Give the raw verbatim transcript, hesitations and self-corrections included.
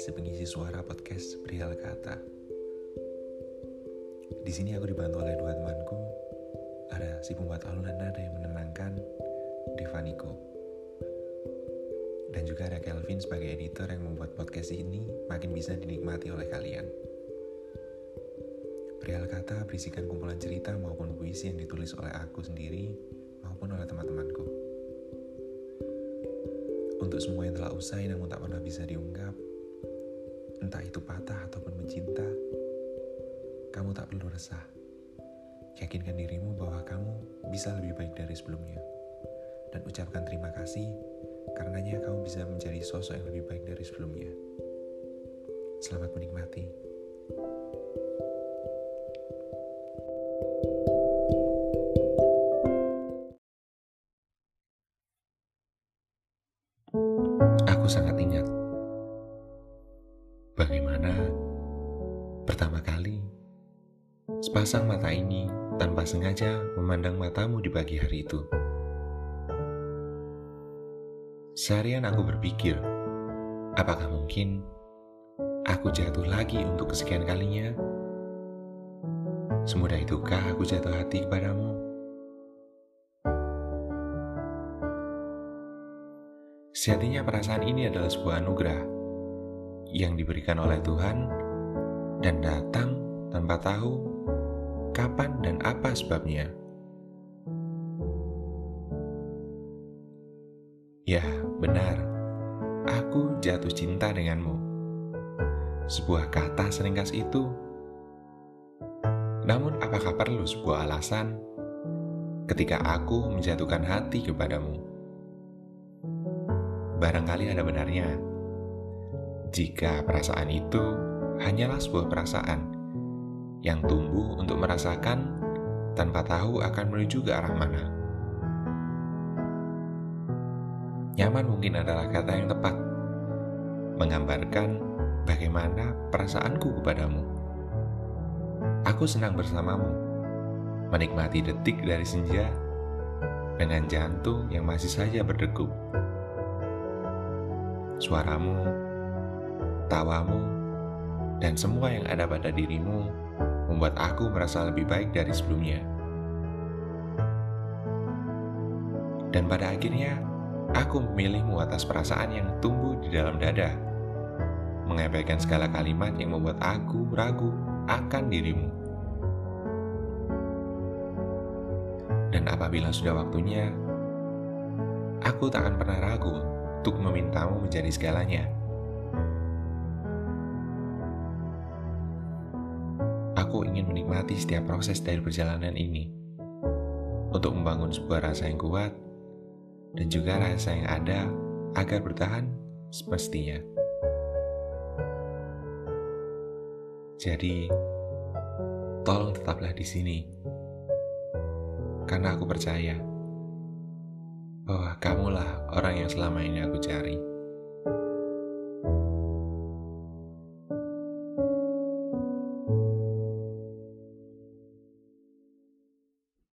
sepengisi suara podcast Perihal Kata. Di sini aku dibantu oleh dua temanku. Ada si pembuat alunan nada yang menenangkan, Devaniko. Dan juga ada Kelvin sebagai editor yang membuat podcast ini makin bisa dinikmati oleh kalian. Perihal Kata berisikan kumpulan cerita maupun puisi yang ditulis oleh aku sendiri maupun oleh teman-temanku. Untuk semua yang telah usai namun tak pernah bisa diungkap, entah itu patah ataupun mencinta, kamu tak perlu resah. Yakinkan dirimu bahwa kamu bisa lebih baik dari sebelumnya. Dan ucapkan terima kasih, karenanya kamu bisa menjadi sosok yang lebih baik dari sebelumnya. Selamat menikmati. Aku sangat ingat bagaimana pertama kali sepasang mata ini tanpa sengaja memandang matamu di pagi hari itu. Seharian aku berpikir, apakah mungkin aku jatuh lagi untuk kesekian kalinya? Semudah itukah aku jatuh hati kepadamu? Sejatinya perasaan ini adalah sebuah anugerah yang diberikan oleh Tuhan dan datang tanpa tahu kapan dan apa sebabnya. Ya, benar, aku jatuh cinta denganmu. Sebuah kata seringkas itu. Namun apakah perlu sebuah alasan ketika aku menjatuhkan hati kepadamu? Barangkali ada benarnya jika perasaan itu hanyalah sebuah perasaan yang tumbuh untuk merasakan tanpa tahu akan menuju ke arah mana. Nyaman mungkin adalah kata yang tepat, menggambarkan bagaimana perasaanku kepadamu. Aku senang bersamamu, menikmati detik dari senja dengan jantung yang masih saja berdegup. Suaramu, tawamu, dan semua yang ada pada dirimu membuat aku merasa lebih baik dari sebelumnya. Dan pada akhirnya, aku memilihmu atas perasaan yang tumbuh di dalam dada, mengabaikan segala kalimat yang membuat aku ragu akan dirimu. Dan apabila sudah waktunya, aku tak akan pernah ragu untuk memintamu menjadi segalanya. Aku ingin menikmati setiap proses dari perjalanan ini untuk membangun sebuah rasa yang kuat dan juga rasa yang ada agar bertahan semestinya. Jadi, tolong tetaplah di sini karena aku percaya bahwa kamulah orang yang selama ini aku cari.